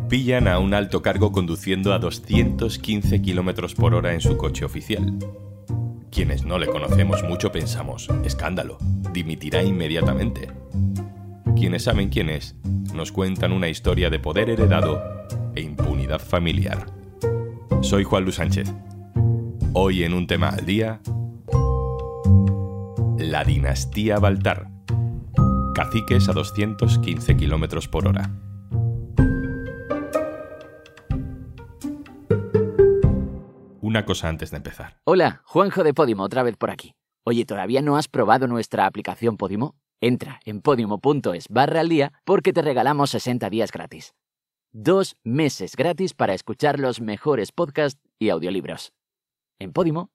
Pillan a un alto cargo conduciendo a 215 km por hora en su coche oficial. Quienes no le conocemos mucho pensamos, escándalo, dimitirá inmediatamente. Quienes saben quién es, nos cuentan una historia de poder heredado e impunidad familiar. Soy Juan Luis Sánchez. Hoy en Un Tema al Día, la dinastía Baltar. Caciques a 215 km por hora. Una cosa antes de empezar. Hola, Juanjo de Podimo, otra vez por aquí. Oye, ¿todavía no has probado nuestra aplicación Podimo? Entra en podimo.es/aldía porque te regalamos 60 días gratis. 2 meses gratis para escuchar los mejores podcasts y audiolibros. En Podimo.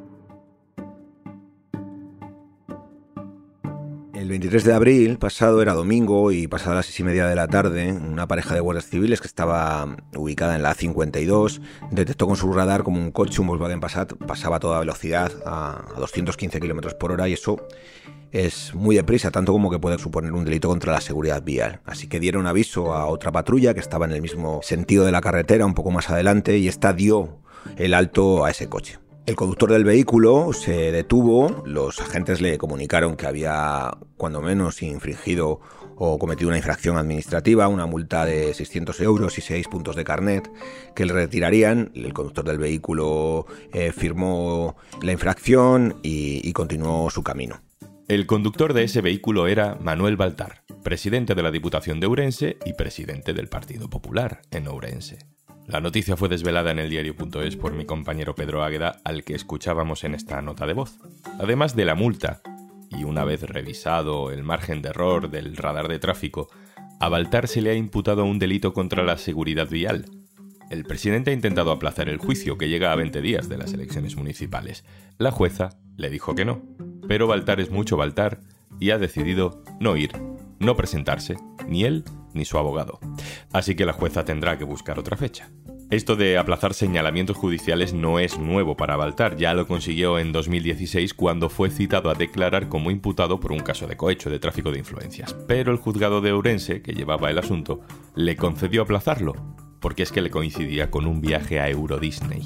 El 23 de abril pasado era domingo y pasada las 6:30 de la tarde, una pareja de guardias civiles que estaba ubicada en la A52 detectó con su radar como un coche, un Volkswagen Passat, pasaba a toda velocidad a 215 km por hora y eso es muy deprisa, tanto como que puede suponer un delito contra la seguridad vial. Así que dieron aviso a otra patrulla que estaba en el mismo sentido de la carretera, un poco más adelante, y esta dio el alto a ese coche. El conductor del vehículo se detuvo, los agentes le comunicaron que había, cuando menos, infringido o cometido una infracción administrativa, una multa de 600 euros y 6 puntos de carnet que le retirarían. El conductor del vehículo firmó la infracción y continuó su camino. El conductor de ese vehículo era Manuel Baltar, presidente de la Diputación de Ourense y presidente del Partido Popular en Ourense. La noticia fue desvelada en eldiario.es por mi compañero Pedro Águeda, al que escuchábamos en esta nota de voz. Además de la multa, y una vez revisado el margen de error del radar de tráfico, a Baltar se le ha imputado un delito contra la seguridad vial. El presidente ha intentado aplazar el juicio, que llega a 20 días de las elecciones municipales. La jueza le dijo que no, pero Baltar es mucho Baltar y ha decidido no ir, no presentarse, ni él ni su abogado. Así que la jueza tendrá que buscar otra fecha. Esto de aplazar señalamientos judiciales no es nuevo para Baltar, ya lo consiguió en 2016 cuando fue citado a declarar como imputado por un caso de cohecho de tráfico de influencias. Pero el juzgado de Ourense, que llevaba el asunto, le concedió aplazarlo, porque es que le coincidía con un viaje a Euro Disney.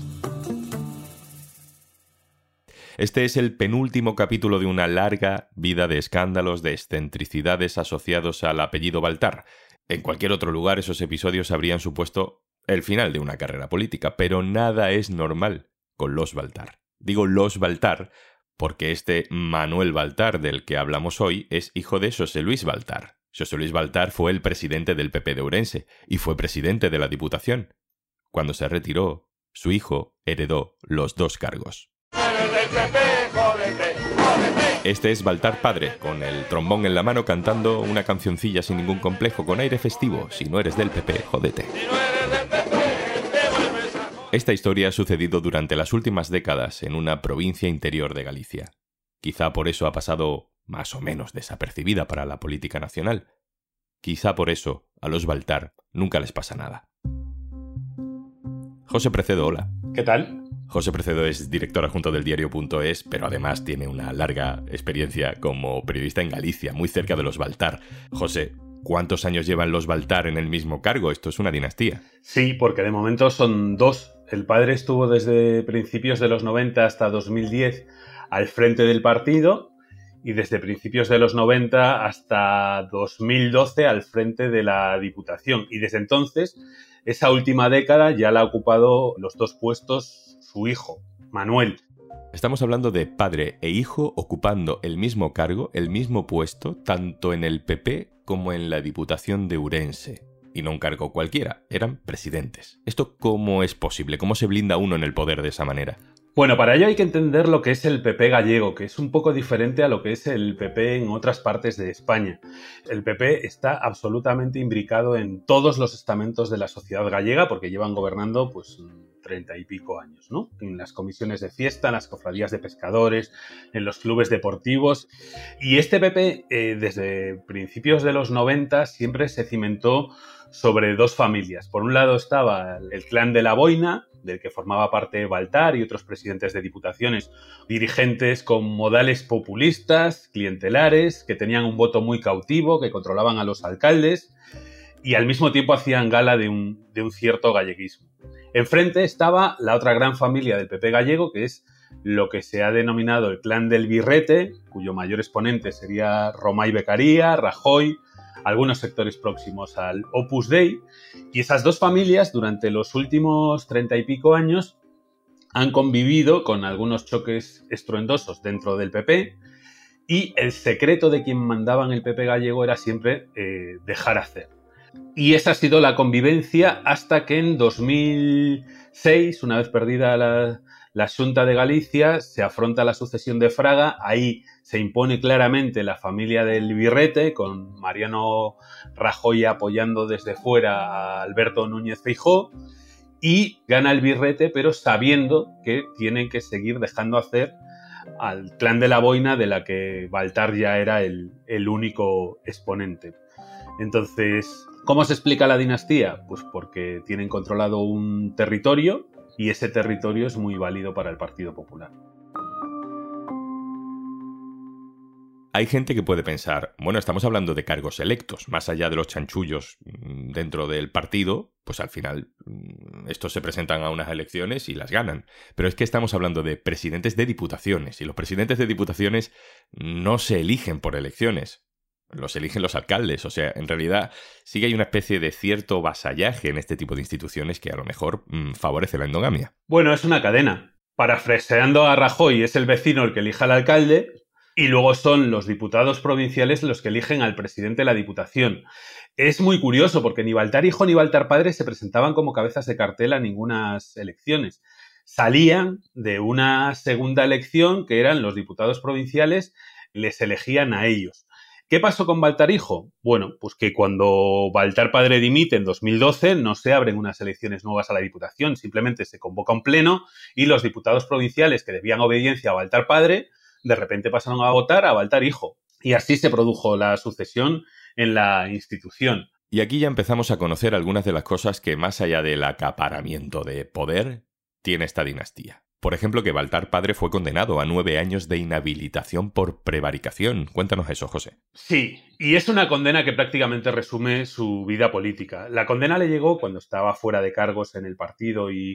Este es el penúltimo capítulo de una larga vida de escándalos, de excentricidades asociados al apellido Baltar. En cualquier otro lugar esos episodios habrían supuesto el final de una carrera política, pero nada es normal con los Baltar. Digo los Baltar porque este Manuel Baltar del que hablamos hoy es hijo de Xosé Luis Baltar. Xosé Luis Baltar fue el presidente del PP de Ourense y fue presidente de la Diputación. Cuando se retiró, su hijo heredó los 2 cargos. Este es Baltar padre, con el trombón en la mano cantando una cancioncilla sin ningún complejo, con aire festivo. Si no eres del PP, jódete. Esta historia ha sucedido durante las últimas décadas en una provincia interior de Galicia. Quizá por eso ha pasado más o menos desapercibida para la política nacional. Quizá por eso a los Baltar nunca les pasa nada. José Precedo, hola. ¿Qué tal? José Precedo es director adjunto del diario.es, pero además tiene una larga experiencia como periodista en Galicia, muy cerca de los Baltar. José, ¿cuántos años llevan los Baltar en el mismo cargo? Esto es una dinastía. Sí, porque de momento son 2. El padre estuvo desde principios de los 90 hasta 2010 al frente del partido y desde principios de los 90 hasta 2012 al frente de la Diputación. Y desde entonces, esa última década ya la ha ocupado los 2 puestos su hijo, Manuel. Estamos hablando de padre e hijo ocupando el mismo cargo, el mismo puesto, tanto en el PP como en la Diputación de Ourense. Y no un cargo cualquiera, eran presidentes. ¿Esto cómo es posible? ¿Cómo se blinda uno en el poder de esa manera? Bueno, para ello hay que entender lo que es el PP gallego, que es un poco diferente a lo que es el PP en otras partes de España. El PP está absolutamente imbricado en todos los estamentos de la sociedad gallega porque llevan gobernando pues 30 y pico años, ¿no? En las comisiones de fiesta, en las cofradías de pescadores, en los clubes deportivos. Y este PP, desde principios de los 90, siempre se cimentó sobre 2 familias. Por un lado estaba el clan de la Boina, del que formaba parte Baltar y otros presidentes de diputaciones, dirigentes con modales populistas, clientelares, que tenían un voto muy cautivo, que controlaban a los alcaldes. y al mismo tiempo hacían gala de un cierto galleguismo. Enfrente estaba la otra gran familia del PP gallego, que es lo que se ha denominado el clan del Birrete, cuyo mayor exponente sería Romay Beccaria, Rajoy, algunos sectores próximos al Opus Dei, y esas dos familias durante los últimos 30 y pico años han convivido con algunos choques estruendosos dentro del PP, y el secreto de quien mandaba en el PP gallego era siempre dejar hacer. Y esa ha sido la convivencia hasta que en 2006, una vez perdida la Xunta de Galicia, se afronta la sucesión de Fraga. Ahí se impone claramente la familia del Birrete, con Mariano Rajoy apoyando desde fuera a Alberto Núñez Feijóo, y gana el Birrete, pero sabiendo que tienen que seguir dejando hacer al clan de la Boina, de la que Baltar ya era el único exponente. Entonces, ¿cómo se explica la dinastía? Pues porque tienen controlado un territorio y ese territorio es muy válido para el Partido Popular. Hay gente que puede pensar, bueno, estamos hablando de cargos electos, más allá de los chanchullos dentro del partido, pues al final estos se presentan a unas elecciones y las ganan. Pero es que estamos hablando de presidentes de diputaciones, y los presidentes de diputaciones no se eligen por elecciones, los eligen los alcaldes. O sea, en realidad sí que hay una especie de cierto vasallaje en este tipo de instituciones que a lo mejor favorece la endogamia. Bueno, es una cadena. Parafraseando a Rajoy, es el vecino el que elija al alcalde, y luego son los diputados provinciales los que eligen al presidente de la Diputación. Es muy curioso porque ni Baltar hijo ni Baltar padre se presentaban como cabezas de cartel a ningunas elecciones. Salían de una segunda elección que eran los diputados provinciales, les elegían a ellos. ¿Qué pasó con Baltar hijo? Bueno, pues que cuando Baltar padre dimite en 2012 no se abren unas elecciones nuevas a la Diputación, simplemente se convoca un pleno y los diputados provinciales que debían obediencia a Baltar padre de repente pasaron a votar a Baltar hijo. Y así se produjo la sucesión en la institución. Y aquí ya empezamos a conocer algunas de las cosas que, más allá del acaparamiento de poder, tiene esta dinastía. Por ejemplo, que Baltar padre fue condenado a 9 años de inhabilitación por prevaricación. Cuéntanos eso, José. Sí, y es una condena que prácticamente resume su vida política. La condena le llegó cuando estaba fuera de cargos en el partido y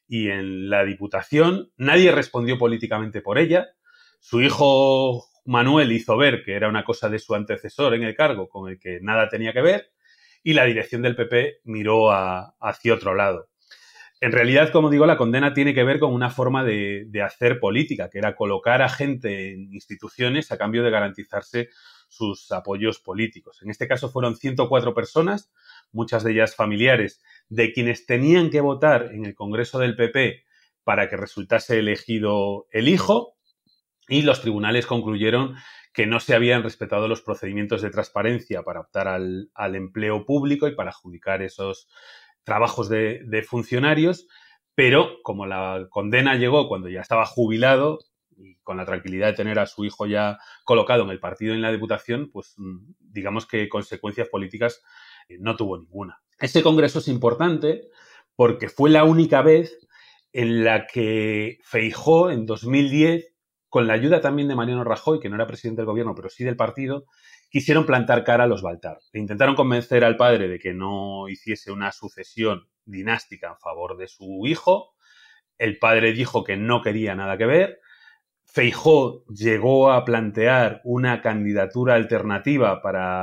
en la Diputación. Nadie respondió políticamente por ella. Su hijo Manuel hizo ver que era una cosa de su antecesor en el cargo con el que nada tenía que ver, y la dirección del PP miró hacia otro lado. En realidad, como digo, la condena tiene que ver con una forma de hacer política, que era colocar a gente en instituciones a cambio de garantizarse sus apoyos políticos. En este caso fueron 104 personas, muchas de ellas familiares, de quienes tenían que votar en el Congreso del PP para que resultase elegido el hijo, y los tribunales concluyeron que no se habían respetado los procedimientos de transparencia para optar al empleo público y para adjudicar esos trabajos de funcionarios, pero como la condena llegó cuando ya estaba jubilado y con la tranquilidad de tener a su hijo ya colocado en el partido y en la Diputación, pues digamos que consecuencias políticas no tuvo ninguna. Ese congreso es importante porque fue la única vez en la que Feijóo, en 2010, con la ayuda también de Mariano Rajoy, que no era presidente del gobierno, pero sí del partido, quisieron plantar cara a los Baltar. Le intentaron convencer al padre de que no hiciese una sucesión dinástica en favor de su hijo. El padre dijo que no quería nada que ver. Feijóo llegó a plantear una candidatura alternativa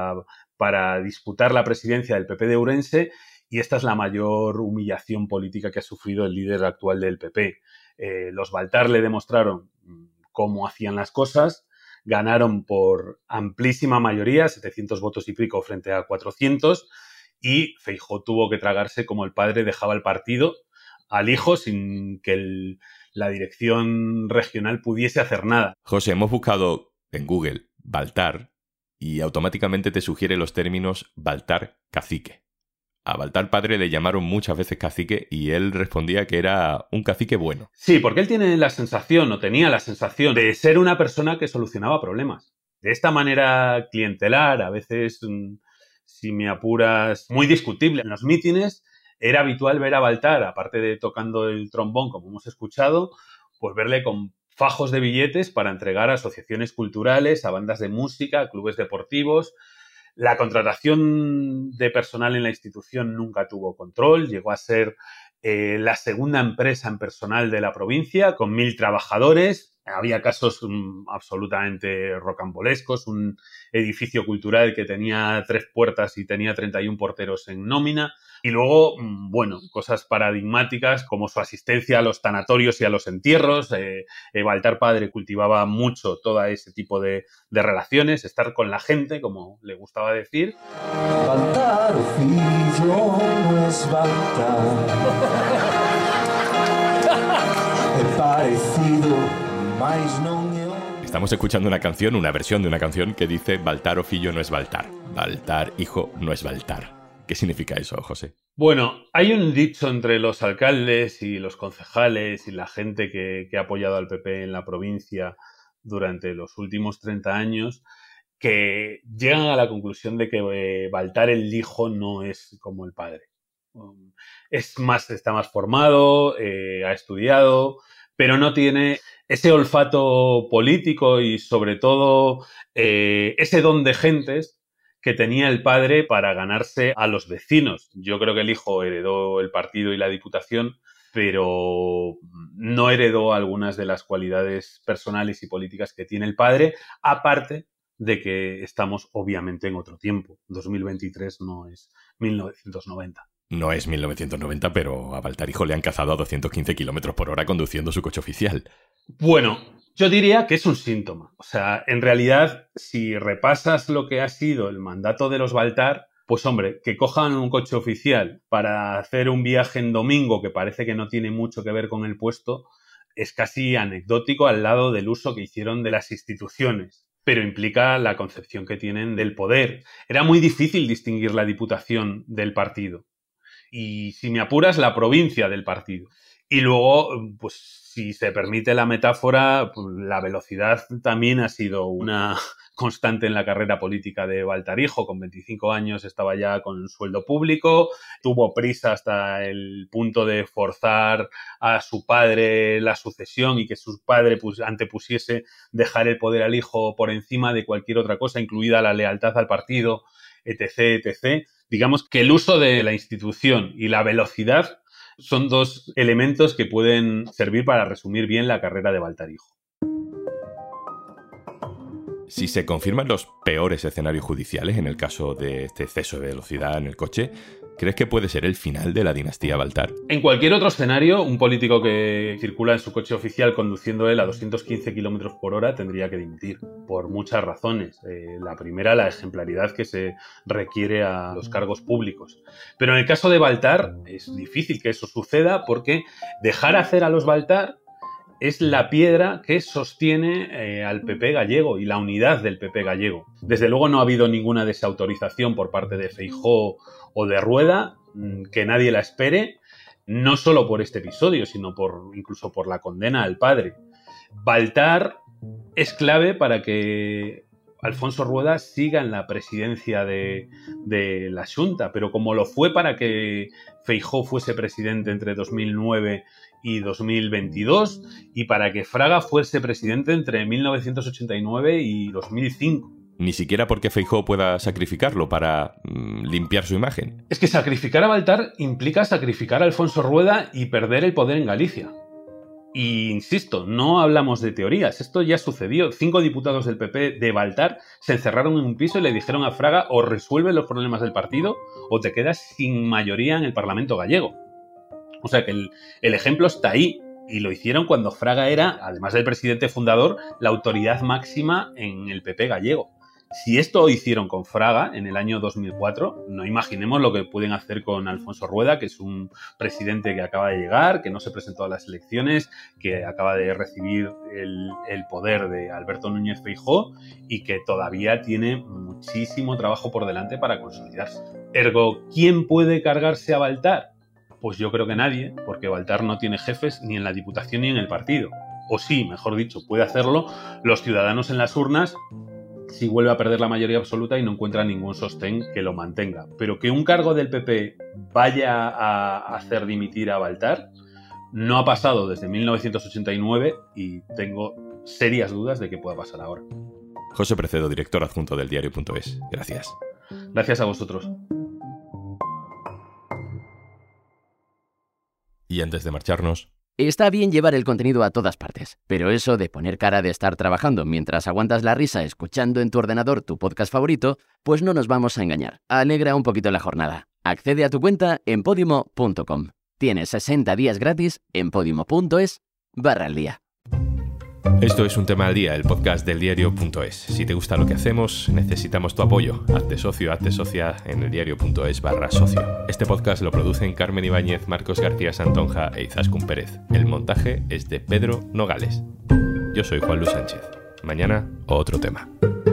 para disputar la presidencia del PP de Ourense, y esta es la mayor humillación política que ha sufrido el líder actual del PP. Los Baltar le demostraron cómo hacían las cosas, ganaron por amplísima mayoría, 700 votos y pico frente a 400, y Feijóo tuvo que tragarse como el padre dejaba el partido al hijo sin que la dirección regional pudiese hacer nada. José, hemos buscado en Google Baltar y automáticamente te sugiere los términos Baltar cacique. A Baltar padre le llamaron muchas veces cacique y él respondía que era un cacique bueno. Sí, porque él tiene la sensación, o tenía la sensación, de ser una persona que solucionaba problemas. De esta manera clientelar, a veces, si me apuras, muy discutible. En los mítines era habitual ver a Baltar, aparte de tocando el trombón, como hemos escuchado, pues verle con fajos de billetes para entregar a asociaciones culturales, a bandas de música, a clubes deportivos. La contratación de personal en la institución nunca tuvo control, llegó a ser la segunda empresa en personal de la provincia, con 1.000 trabajadores. Había casos absolutamente rocambolescos, un edificio cultural que tenía 3 puertas y tenía 31 porteros en nómina. Y luego, bueno, cosas paradigmáticas como su asistencia a los tanatorios y a los entierros. Baltar padre cultivaba mucho todo ese tipo de relaciones, estar con la gente, como le gustaba decir. Baltar, fillo, no es Baltar. He parecido, mais non eu. Estamos escuchando una versión de una canción que dice Baltar o fillo no es Baltar. Baltar, hijo, no es Baltar. ¿Qué significa eso, José? Bueno, hay un dicho entre los alcaldes y los concejales y la gente que ha apoyado al PP en la provincia durante los últimos 30 años que llegan a la conclusión de que Baltar el hijo no es como el padre. Está más formado, ha estudiado, pero no tiene ese olfato político y sobre todo ese don de gentes que tenía el padre para ganarse a los vecinos. Yo creo que el hijo heredó el partido y la diputación, pero no heredó algunas de las cualidades personales y políticas que tiene el padre, aparte de que estamos obviamente en otro tiempo. 2023 no es 1990. No es 1990, pero a Baltar hijo le han cazado a 215 kilómetros por hora conduciendo su coche oficial. Bueno, yo diría que es un síntoma. O sea, en realidad, si repasas lo que ha sido el mandato de los Baltar, pues hombre, que cojan un coche oficial para hacer un viaje en domingo que parece que no tiene mucho que ver con el puesto, es casi anecdótico al lado del uso que hicieron de las instituciones, pero implica la concepción que tienen del poder. Era muy difícil distinguir la diputación del partido. Y si me apuras, la provincia del partido. Y luego, pues si se permite la metáfora, pues, la velocidad también ha sido una constante en la carrera política de Baltar hijo. Con 25 años estaba ya con un sueldo público, tuvo prisa hasta el punto de forzar a su padre la sucesión y que su padre antepusiese dejar el poder al hijo por encima de cualquier otra cosa, incluida la lealtad al partido, etc., etc. Digamos que el uso de la institución y la velocidad son 2 elementos que pueden servir para resumir bien la carrera de Baltar hijo. Si se confirman los peores escenarios judiciales en el caso de este exceso de velocidad en el coche, ¿crees que puede ser el final de la dinastía Baltar? En cualquier otro escenario, un político que circula en su coche oficial conduciendo él a 215 km por hora tendría que dimitir, por muchas razones. La primera, la ejemplaridad que se requiere a los cargos públicos. Pero en el caso de Baltar es difícil que eso suceda porque dejar hacer a los Baltar es la piedra que sostiene al PP gallego y la unidad del PP gallego. Desde luego no ha habido ninguna desautorización por parte de Feijóo o de Rueda, que nadie la espere, no solo por este episodio, sino incluso por la condena al padre. Baltar es clave para que Alfonso Rueda siga en la presidencia de la Xunta, pero como lo fue para que Feijóo fuese presidente entre 2009 y 2022 y para que Fraga fuese presidente entre 1989 y 2005. Ni siquiera porque Feijóo pueda sacrificarlo para limpiar su imagen. Es que sacrificar a Baltar implica sacrificar a Alfonso Rueda y perder el poder en Galicia. Y insisto, no hablamos de teorías, esto ya sucedió. 5 diputados del PP de Baltar se encerraron en un piso y le dijeron a Fraga: o resuelves los problemas del partido o te quedas sin mayoría en el Parlamento gallego. O sea que el ejemplo está ahí, y lo hicieron cuando Fraga era, además del presidente fundador, la autoridad máxima en el PP gallego. Si esto lo hicieron con Fraga en el año 2004, no imaginemos lo que pueden hacer con Alfonso Rueda, que es un presidente que acaba de llegar, que no se presentó a las elecciones, que acaba de recibir el poder de Alberto Núñez Feijóo y que todavía tiene muchísimo trabajo por delante para consolidarse. Ergo, ¿quién puede cargarse a Baltar? Pues yo creo que nadie, porque Baltar no tiene jefes ni en la Diputación ni en el partido. O sí, mejor dicho, puede hacerlo los ciudadanos en las urnas si vuelve a perder la mayoría absoluta y no encuentra ningún sostén que lo mantenga. Pero que un cargo del PP vaya a hacer dimitir a Baltar no ha pasado desde 1989 y tengo serias dudas de que pueda pasar ahora. José Precedo, director adjunto del diario.es. Gracias. Gracias a vosotros. Y antes de marcharnos... Está bien llevar el contenido a todas partes, pero eso de poner cara de estar trabajando mientras aguantas la risa escuchando en tu ordenador tu podcast favorito, pues no nos vamos a engañar. Alegra un poquito la jornada. Accede a tu cuenta en podimo.com. Tienes 60 días gratis en podimo.es/aldía. Esto es Un Tema al Día, el podcast del diario.es. Si te gusta lo que hacemos, necesitamos tu apoyo. Hazte socio, hazte socia en eldiario.es/socio. Este podcast lo producen Carmen Ibáñez, Marcos García Santonja e Izaskun Pérez. El montaje es de Pedro Nogales. Yo soy Juan Luis Sánchez. Mañana, otro tema.